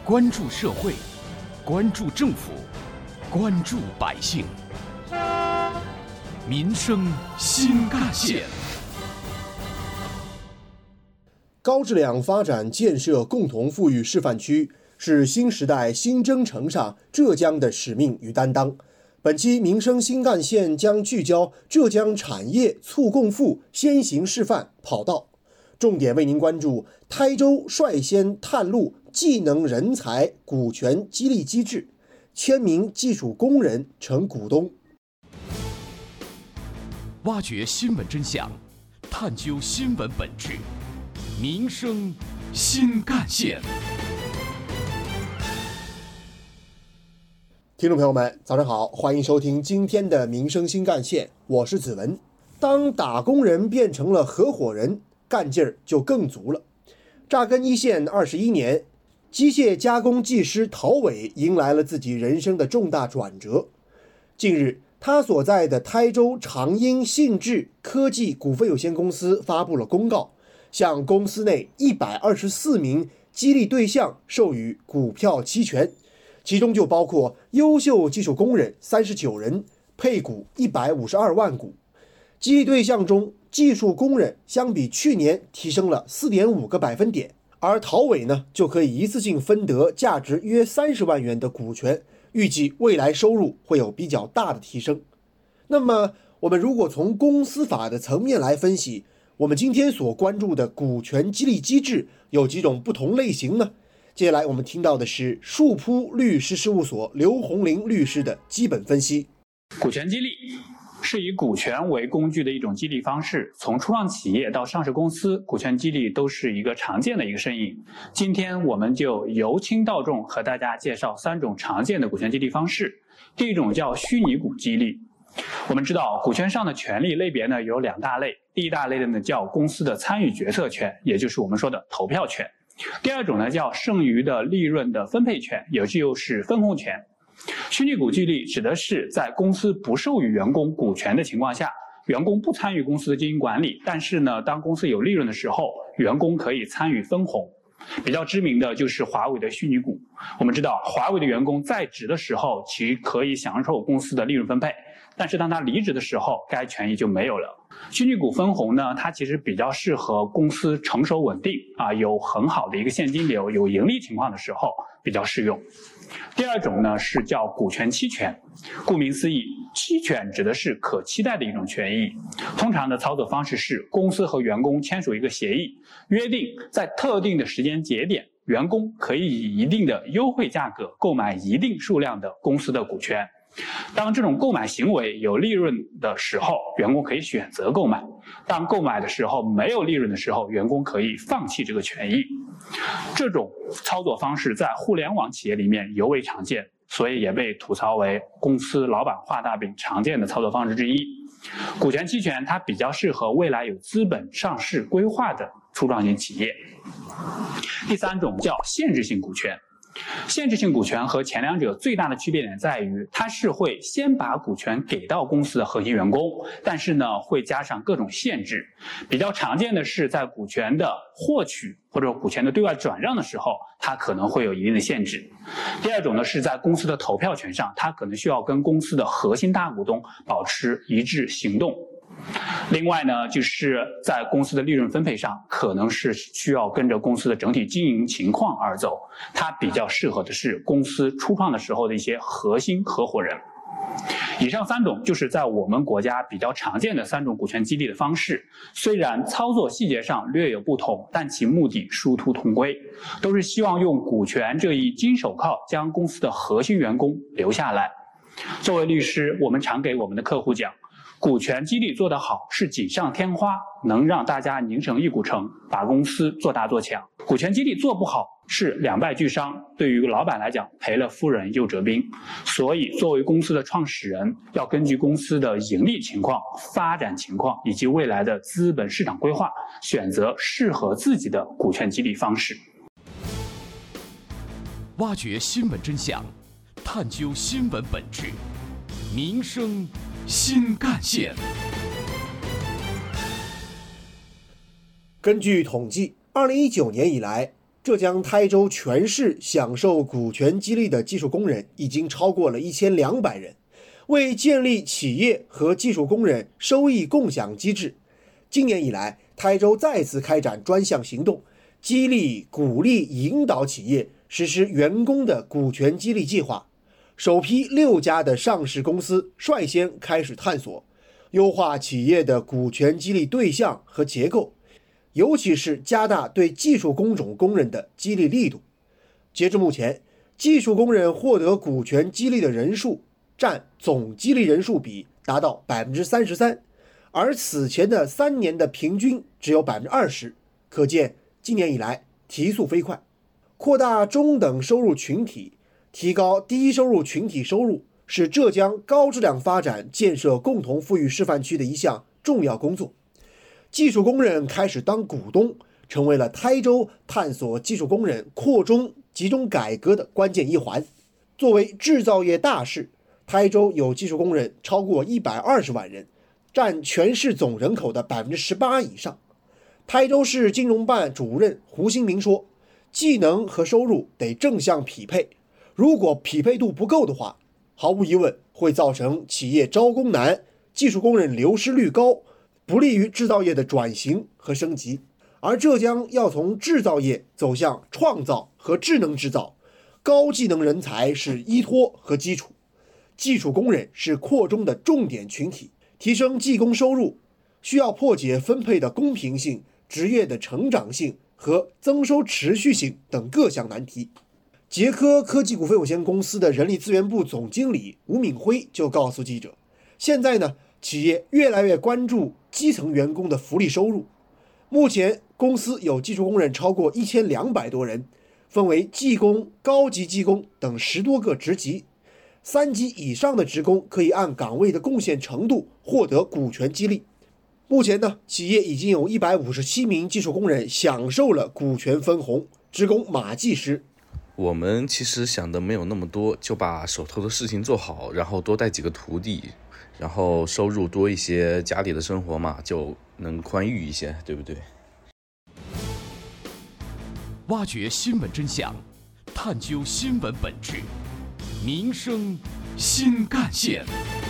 关注社会，关注政府，关注百姓，民生新干线。 高质量发展建设共同富裕示范区是新时代新征程上浙江的使命与担当。本期民生新干线将聚焦浙江产业促共富先行示范跑道，重点为您关注台州率先探路技能人才股权激励机制，1000名技术工人成股东。 挖掘新闻真相，探究新闻本质，民生新干线。 听众朋友们，早上好，欢迎收听今天的民生新干线，我是子文。当打工人变成了合伙人，干劲儿就更足了。扎根一线21年，机械加工技师陶伟迎来了自己人生的重大转折。近日，他所在的台州长英信智科技股份有限公司发布了公告，向公司内124名激励对象授予股票期权，其中就包括优秀技术工人39人，配股152万股。激励对象中，技术工人相比去年提升了4.5个百分点，而陶伟呢，就可以一次性分得价值约30万元的股权，预计未来收入会有比较大的提升。那么，我们如果从公司法的层面来分析，我们今天所关注的股权激励机制有几种不同类型呢？接下来我们听到的是树扑律师事务所刘红林律师的基本分析。 股权激励是以股权为工具的一种激励方式，从初创企业到上市公司，股权激励都是一个常见的一个身影。今天我们就由轻到重和大家介绍3种常见的股权激励方式。第一种叫虚拟股激励。我们知道股权上的权利类别呢有2大类，第一大类的呢叫公司的参与决策权，也就是我们说的投票权。第二种呢叫剩余的利润的分配权，也就是分红权。虚拟股激励指的是在公司不授予员工股权的情况下，员工不参与公司的经营管理，但是呢，当公司有利润的时候，员工可以参与分红。比较知名的就是华为的虚拟股。我们知道华为的员工在职的时候其可以享受公司的利润分配，但是当他离职的时候，该权益就没有了。虚拟股分红呢，它其实比较适合公司成熟稳定有很好的一个现金流，有盈利情况的时候比较适用。第二种呢是叫股权期权。顾名思义，期权指的是可期待的一种权益。通常的操作方式是公司和员工签署一个协议，约定在特定的时间节点，员工可以以一定的优惠价格购买一定数量的公司的股权。当这种购买行为有利润的时候，员工可以选择购买；当购买的时候没有利润的时候，员工可以放弃这个权益。这种操作方式在互联网企业里面尤为常见，所以也被吐槽为公司老板画大饼常见的操作方式之一。股权期权它比较适合未来有资本上市规划的初创型企业。第3种叫限制性股权。限制性股权和前2者最大的区别点在于，它是会先把股权给到公司的核心员工，但是呢会加上各种限制。比较常见的是在股权的获取或者股权的对外转让的时候，它可能会有一定的限制。第2种呢是在公司的投票权上，它可能需要跟公司的核心大股东保持一致行动。另外呢，就是在公司的利润分配上，可能是需要跟着公司的整体经营情况而走。它比较适合的是公司初创的时候的一些核心合伙人。以上3种就是在我们国家比较常见的3种股权激励的方式，虽然操作细节上略有不同，但其目的殊途同归，都是希望用股权这一金手铐将公司的核心员工留下来。作为律师，我们常给我们的客户讲，股权激励做得好是锦上添花，能让大家拧成一股绳，把公司做大做强。股权激励做不好是两败俱伤，对于老板来讲，赔了夫人又折兵。所以作为公司的创始人，要根据公司的盈利情况、发展情况以及未来的资本市场规划，选择适合自己的股权激励方式。 挖掘新闻真相，探究新闻本质，民生新干线。 根据统计，2019年以来， 浙江台州全市享受股权激励的技术工人已经超过了1200人。为建立企业和技术工人收益共享机制，今年以来，台州再次开展专项行动，激励、鼓励、引导企业实施员工的股权激励计划。首批6家的上市公司率先开始探索优化企业的股权激励对象和结构，尤其是加大对技术工种工人的激励力度。截至目前，技术工人获得股权激励的人数占总激励人数比达到 33%， 而此前的3年的平均只有 20%， 可见今年以来提速飞快。扩大中等收入群体，提高低收入群体收入，是浙江高质量发展建设共同富裕示范区的一项重要工作。技术工人开始当股东，成为了台州探索技术工人扩中集中改革的关键一环。作为制造业大市，台州有技术工人超过120万人，占全市总人口的 18% 以上。台州市金融办主任胡新明说，技能和收入得正向匹配，如果匹配度不够的话，毫无疑问会造成企业招工难，技术工人流失率高，不利于制造业的转型和升级。而浙江要从制造业走向创造和智能制造，高技能人才是依托和基础。技术工人是扩中的重点群体，提升技工收入需要破解分配的公平性、职业的成长性和增收持续性等各项难题。捷科科技股份有限公司的人力资源部总经理吴敏辉就告诉记者，现在呢，企业越来越关注基层员工的福利收入。目前公司有技术工人超过1200多人，分为技工、高级技工等10多个职级。3级以上的职工可以按岗位的贡献程度获得股权激励。目前呢，企业已经有157名技术工人享受了股权分红。职工马技师， 我们其实想的没有那么多，就把手头的事情做好，然后多带几个徒弟，然后收入多一些，家里的生活嘛就能宽裕一些，对不对？ 挖掘新闻真相，探究新闻本质，民生新干线。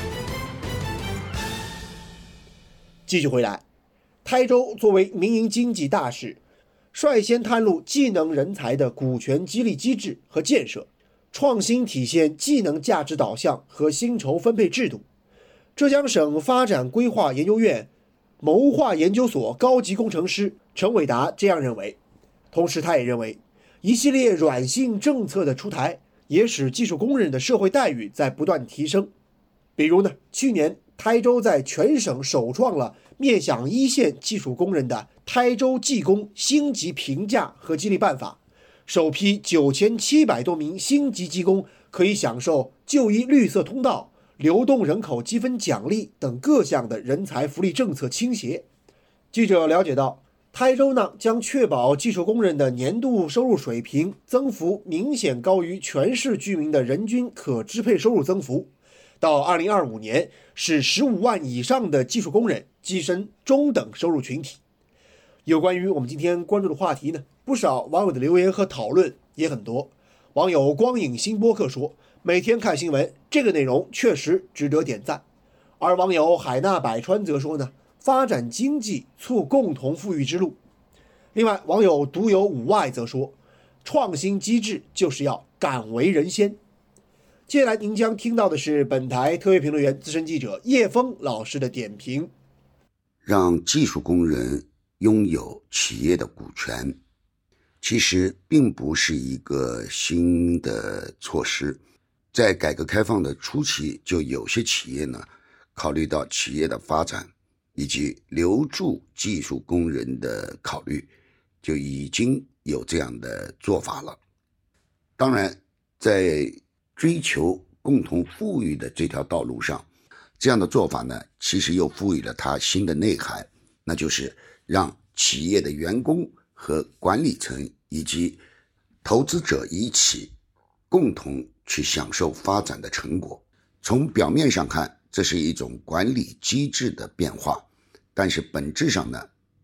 继续回来，台州作为民营经济大市，率先探入技能人才的股权激励机制和建设，创新体现技能价值导向和薪酬分配制度。浙江省发展规划研究院谋划研究所高级工程师陈伟达这样认为。同时他也认为，一系列软性政策的出台也使技术工人的社会待遇在不断提升。比如呢，去年台州在全省首创了面向一线技术工人的台州技工星级评价和激励办法，首批9700多名星级技工可以享受就医绿色通道、流动人口积分奖励等各项的人才福利政策倾斜。记者了解到，台州呢将确保技术工人的年度收入水平增幅明显高于全市居民的人均可支配收入增幅。到2025年，使15万以上的技术工人跻身中等收入群体。有关于我们今天关注的话题呢，不少网友的留言和讨论也很多。网友光影新播客说，每天看新闻，这个内容确实值得点赞。而网友海纳百川则说呢，发展经济，促共同富裕之路。另外，网友独有五外则说，创新机制就是要敢为人先。接下来您将听到的是本台特约评论员、资深记者叶峰老师的点评。 让技术工人拥有企业的股权，其实并不是一个新的措施。在改革开放的初期，就有些企业呢，考虑到企业的发展以及留住技术工人的考虑，就已经有这样的做法了。当然，在追求共同富裕的这条道路上，这样的做法呢，其实又赋予了它新的内涵，那就是让企业的员工和管理层以及投资者一起共同去享受发展的成果。从表面上看，这是一种管理机制的变化，但是本质上呢，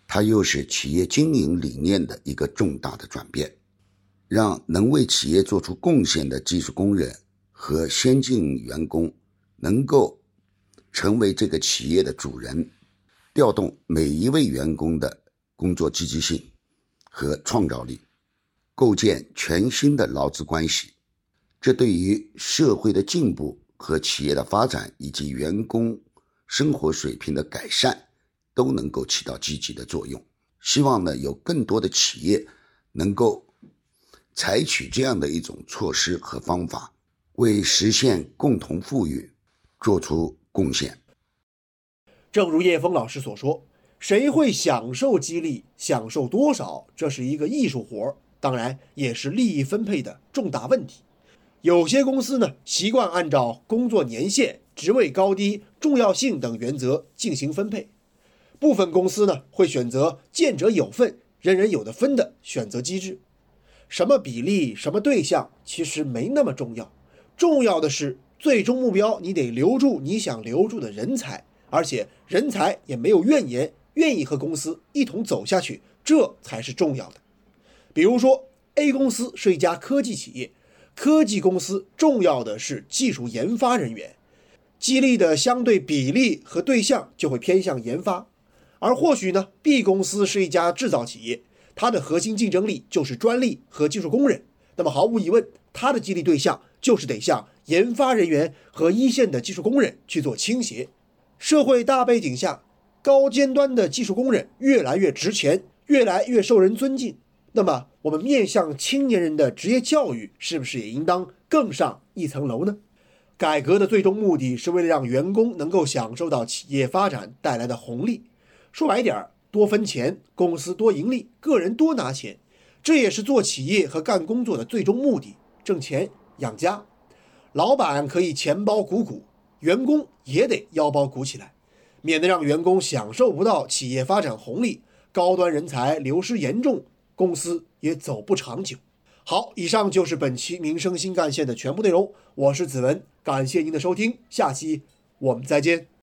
它又是企业经营理念的一个重大的转变，让能为企业做出贡献的技术工人和先进员工能够成为这个企业的主人，调动每一位员工的工作积极性和创造力，构建全新的劳资关系。这对于社会的进步和企业的发展以及员工生活水平的改善都能够起到积极的作用。希望呢，有更多的企业能够采取这样的一种措施和方法，为实现共同富裕做出贡献。 正如叶峰老师所说，谁会享受激励，享受多少，这是一个艺术活，当然也是利益分配的重大问题。有些公司呢，习惯按照工作年限、职位高低、重要性等原则进行分配。部分公司呢，会选择见者有份、人人有的分的选择机制。什么比例、什么对象，其实没那么重要。重要的是，最终目标你得留住你想留住的人才，而且人才也没有怨言，愿意和公司一同走下去，这才是重要的。比如说 A 公司是一家科技企业，科技公司重要的是技术研发人员，激励的相对比例和对象就会偏向研发。而或许呢 B 公司是一家制造企业，它的核心竞争力就是专利和技术工人，那么毫无疑问，它的激励对象就是得向研发人员和一线的技术工人去做倾斜。社会大背景下，高尖端的技术工人越来越值钱，越来越受人尊敬，那么我们面向青年人的职业教育是不是也应当更上一层楼呢？改革的最终目的是为了让员工能够享受到企业发展带来的红利，说白点，多分钱，公司多盈利，个人多拿钱，这也是做企业和干工作的最终目的，挣钱养家。老板可以钱包鼓鼓，员工也得腰包鼓起来，免得让员工享受不到企业发展红利，高端人才流失严重，公司也走不长久。好，以上就是本期民生新干线的全部内容，我是子文，感谢您的收听，下期我们再见。